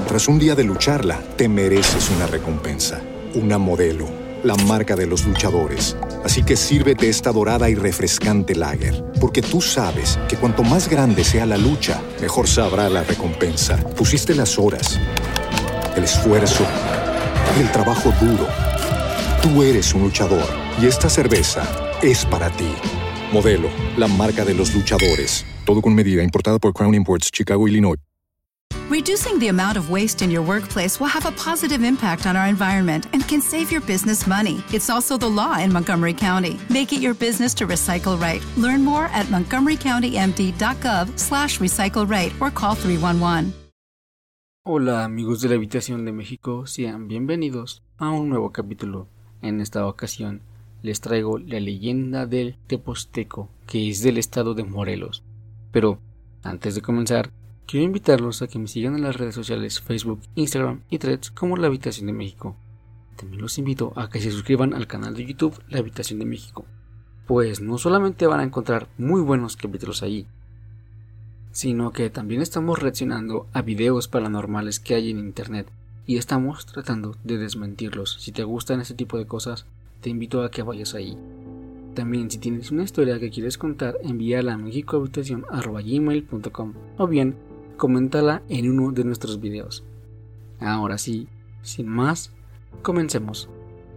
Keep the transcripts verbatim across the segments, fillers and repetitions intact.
Tras un día de lucharla, te mereces una recompensa, una Modelo, la marca de los luchadores. Así que sírvete esta dorada y refrescante lager, porque tú sabes que cuanto más grande sea la lucha, mejor sabrá la recompensa. Pusiste las horas, el esfuerzo, el trabajo duro. Tú eres un luchador y esta cerveza es para ti. Modelo, la marca de los luchadores. Todo con medida, importada por Crown Imports, Chicago, Illinois. Reducing the amount of waste in your workplace will have a positive impact on our environment and can save your business money. It's also the law in Montgomery County. Make it your business to recycle right. Learn more at montgomery county m d dot gov slash recycle right or call three one one. Hola amigos de la Habitación de México, sean bienvenidos a un nuevo capítulo. En esta ocasión les traigo la leyenda del Teposteco, que es del estado de Morelos. Pero antes de comenzar, quiero invitarlos a que me sigan en las redes sociales Facebook, Instagram y Threads como La Habitación de México. También los invito a que se suscriban al canal de YouTube La Habitación de México, pues no solamente van a encontrar muy buenos capítulos allí, sino que también estamos reaccionando a videos paranormales que hay en internet y estamos tratando de desmentirlos. Si te gustan este tipo de cosas, te invito a que vayas ahí. También, si tienes una historia que quieres contar, envíala a mexicohabitacion arroba gmail punto com o bien coméntala en uno de nuestros videos. Ahora sí, sin más, comencemos.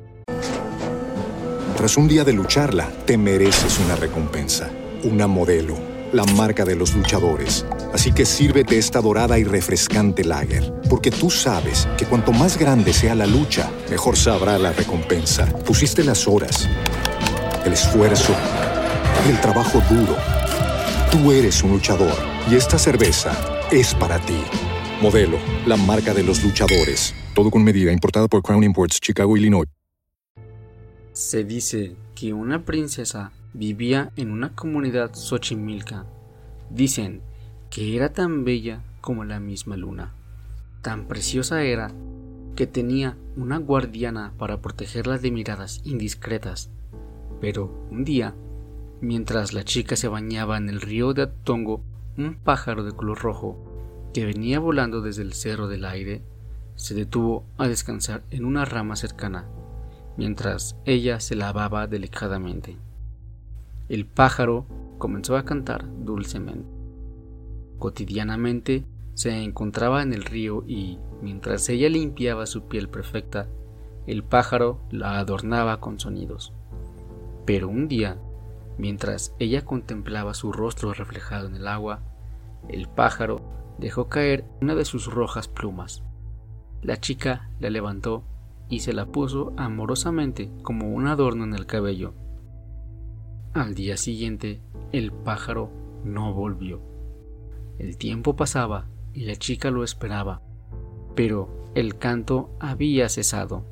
Tras un día de lucharla, te mereces una recompensa, una Modelo, la marca de los luchadores. Así que sírvete esta dorada y refrescante lager, porque tú sabes que cuanto más grande sea la lucha, mejor sabrá la recompensa. Pusiste las horas, el esfuerzo, el trabajo duro. Tú eres un luchador y esta cerveza es para ti. Modelo, la marca de los luchadores. Todo con medida, importada por Crown Imports, Chicago, Illinois. Se dice que una princesa vivía en una comunidad xochimilca. Dicen que era tan bella como la misma luna. Tan preciosa era que tenía una guardiana para protegerla de miradas indiscretas. Pero un día, mientras la chica se bañaba en el río de Atongo, un pájaro de color rojo, que venía volando desde el cerro del aire, se detuvo a descansar en una rama cercana, mientras ella se lavaba delicadamente. El pájaro comenzó a cantar dulcemente. Cotidianamente se encontraba en el río y, mientras ella limpiaba su piel perfecta, el pájaro la adornaba con sonidos. Pero un día, mientras ella contemplaba su rostro reflejado en el agua, el pájaro dejó caer una de sus rojas plumas. La chica la levantó y se la puso amorosamente como un adorno en el cabello. Al día siguiente, el pájaro no volvió. El tiempo pasaba y la chica lo esperaba, pero el canto había cesado.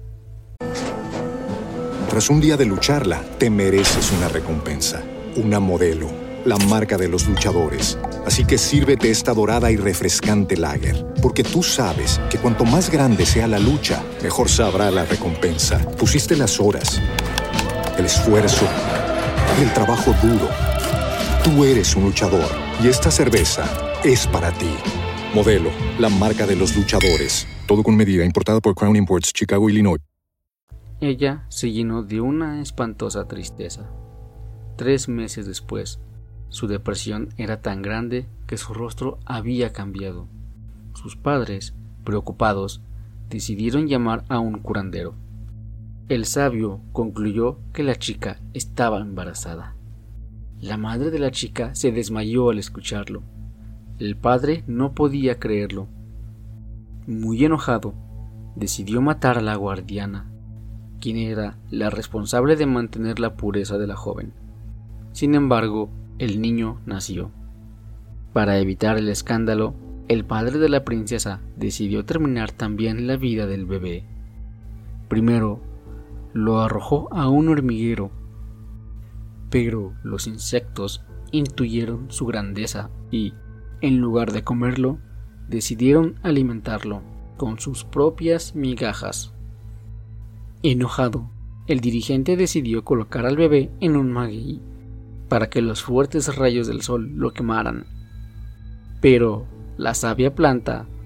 Tras un día de lucharla, te mereces una recompensa, una Modelo, la marca de los luchadores. Así que sírvete esta dorada y refrescante lager, porque tú sabes que cuanto más grande sea la lucha, mejor sabrá la recompensa. Pusiste las horas, el esfuerzo, el trabajo duro. Tú eres un luchador y esta cerveza es para ti. Modelo, la marca de los luchadores. Todo con medida, importada por Crown Imports, Chicago, Illinois. Ella se llenó de una espantosa tristeza. Tres meses después, su depresión era tan grande que su rostro había cambiado. Sus padres, preocupados, decidieron llamar a un curandero. El sabio concluyó que la chica estaba embarazada. La madre de la chica se desmayó al escucharlo. El padre no podía creerlo. Muy enojado, decidió matar a la guardiana, quien era la responsable de mantener la pureza de la joven. Sin embargo, el niño nació. Para evitar el escándalo, el padre de la princesa decidió terminar también la vida del bebé. Primero, lo arrojó a un hormiguero, pero los insectos intuyeron su grandeza y, en lugar de comerlo, decidieron alimentarlo con sus propias migajas. Enojado, el dirigente decidió colocar al bebé en un maguey para que los fuertes rayos del sol lo quemaran. Pero la sabia planta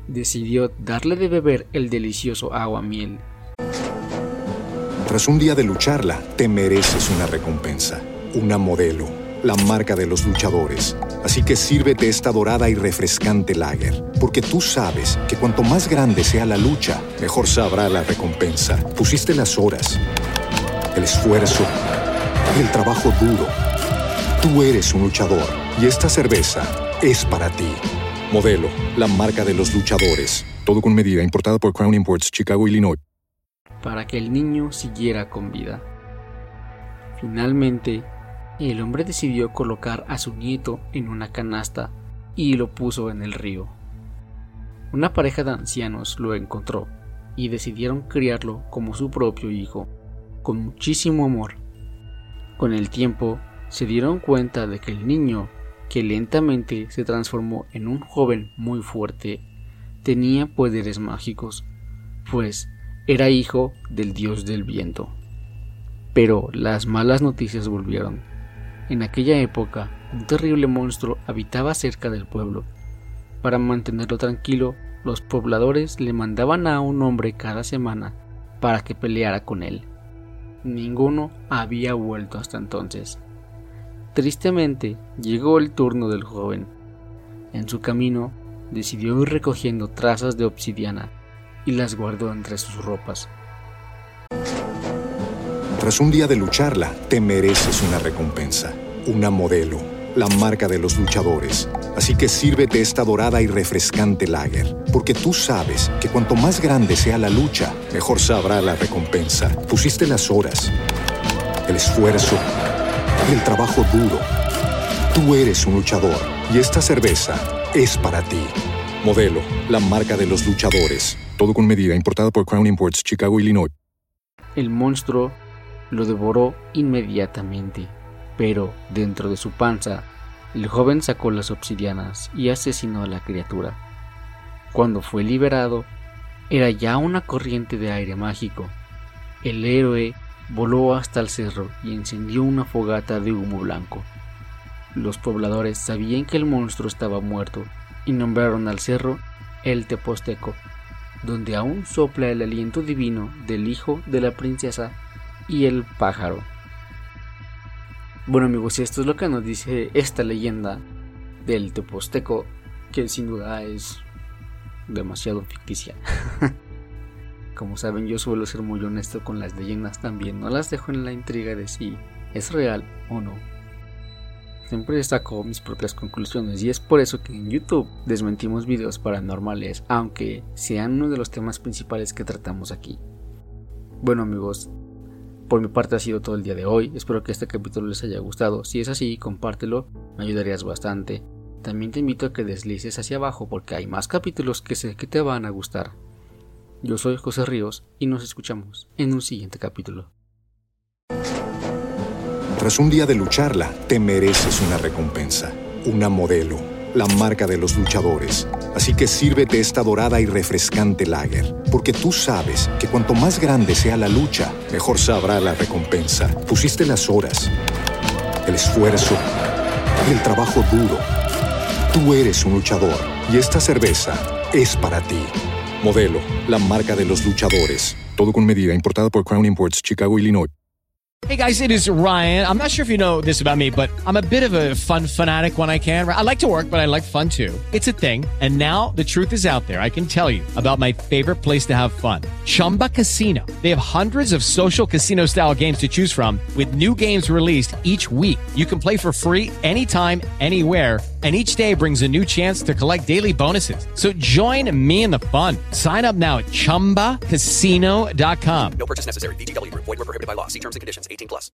decidió darle de beber el delicioso aguamiel. Tras un día de lucharla, te mereces una recompensa, una modelo, la marca de los luchadores. Así que sírvete esta dorada y refrescante lager, porque tú sabes que cuanto más grande sea la lucha, mejor sabrá la recompensa. Pusiste las horas, el esfuerzo, el trabajo duro. Tú eres un luchador y esta cerveza es para ti. Modelo, la marca de los luchadores. Todo con medida, importada por Crown Imports, Chicago, Illinois. Para que el niño siguiera con vida. Finalmente, el hombre decidió colocar a su nieto en una canasta y lo puso en el río. Una pareja de ancianos lo encontró y decidieron criarlo como su propio hijo, con muchísimo amor. Con el tiempo, se dieron cuenta de que el niño, que lentamente se transformó en un joven muy fuerte, tenía poderes mágicos, pues era hijo del dios del viento. Pero las malas noticias volvieron. En aquella época, un terrible monstruo habitaba cerca del pueblo. Para mantenerlo tranquilo, los pobladores le mandaban a un hombre cada semana para que peleara con él. Ninguno había vuelto hasta entonces. Tristemente, llegó el turno del joven. En su camino, decidió ir recogiendo trazas de obsidiana y las guardó entre sus ropas. Tras un día de lucharla, te mereces una recompensa, una modelo, la marca de los luchadores. Así que sírvete esta dorada y refrescante lager, porque tú sabes que cuanto más grande sea la lucha, mejor sabrá la recompensa. Pusiste las horas, el esfuerzo, el trabajo duro. Tú eres un luchador y esta cerveza es para ti. Modelo, la marca de los luchadores. Todo con medida, importada por Crown Imports, Chicago, Illinois. El monstruo lo devoró inmediatamente, pero dentro de su panza, el joven sacó las obsidianas y asesinó a la criatura. Cuando fue liberado, era ya una corriente de aire mágico. El héroe voló hasta el cerro y encendió una fogata de humo blanco. Los pobladores sabían que el monstruo estaba muerto y nombraron al cerro el Teposteco, donde aún sopla el aliento divino del hijo de la princesa y el pájaro. Bueno amigos, esto es lo que nos dice esta leyenda del Teposteco, que sin duda es demasiado ficticia. Como saben, yo suelo ser muy honesto con las leyendas también, no las dejo en la intriga de si es real o no. Siempre saco mis propias conclusiones y es por eso que en YouTube desmentimos videos paranormales, aunque sean uno de los temas principales que tratamos aquí. Bueno amigos, por mi parte ha sido todo el día de hoy. Espero que este capítulo les haya gustado. Si es así, compártelo, me ayudarías bastante. También te invito a que deslices hacia abajo porque hay más capítulos que sé que te van a gustar. Yo soy José Ríos y nos escuchamos en un siguiente capítulo. Tras un día de lucharla, te mereces una recompensa, una modelo, la marca de los luchadores. Así que sírvete esta dorada y refrescante lager, porque tú sabes que cuanto más grande sea la lucha, mejor sabrá la recompensa. Pusiste las horas, el esfuerzo, el trabajo duro. Tú eres un luchador y esta cerveza es para ti. Modelo, la marca de los luchadores. Todo con medida, importada por Crown Imports, Chicago, Illinois. Hey guys, it is Ryan. I'm not sure if you know this about me, but I'm a bit of a fun fanatic when I can. I like to work, but I like fun too. It's a thing. And now the truth is out there. I can tell you about my favorite place to have fun. Chumba Casino. They have hundreds of social casino style games to choose from with new games released each week. You can play for free anytime, anywhere. And each day brings a new chance to collect daily bonuses. So join me in the fun. Sign up now at chumba casino dot com. No purchase necessary. V G W Group. Void where prohibited by law. See terms and conditions. eighteen plus.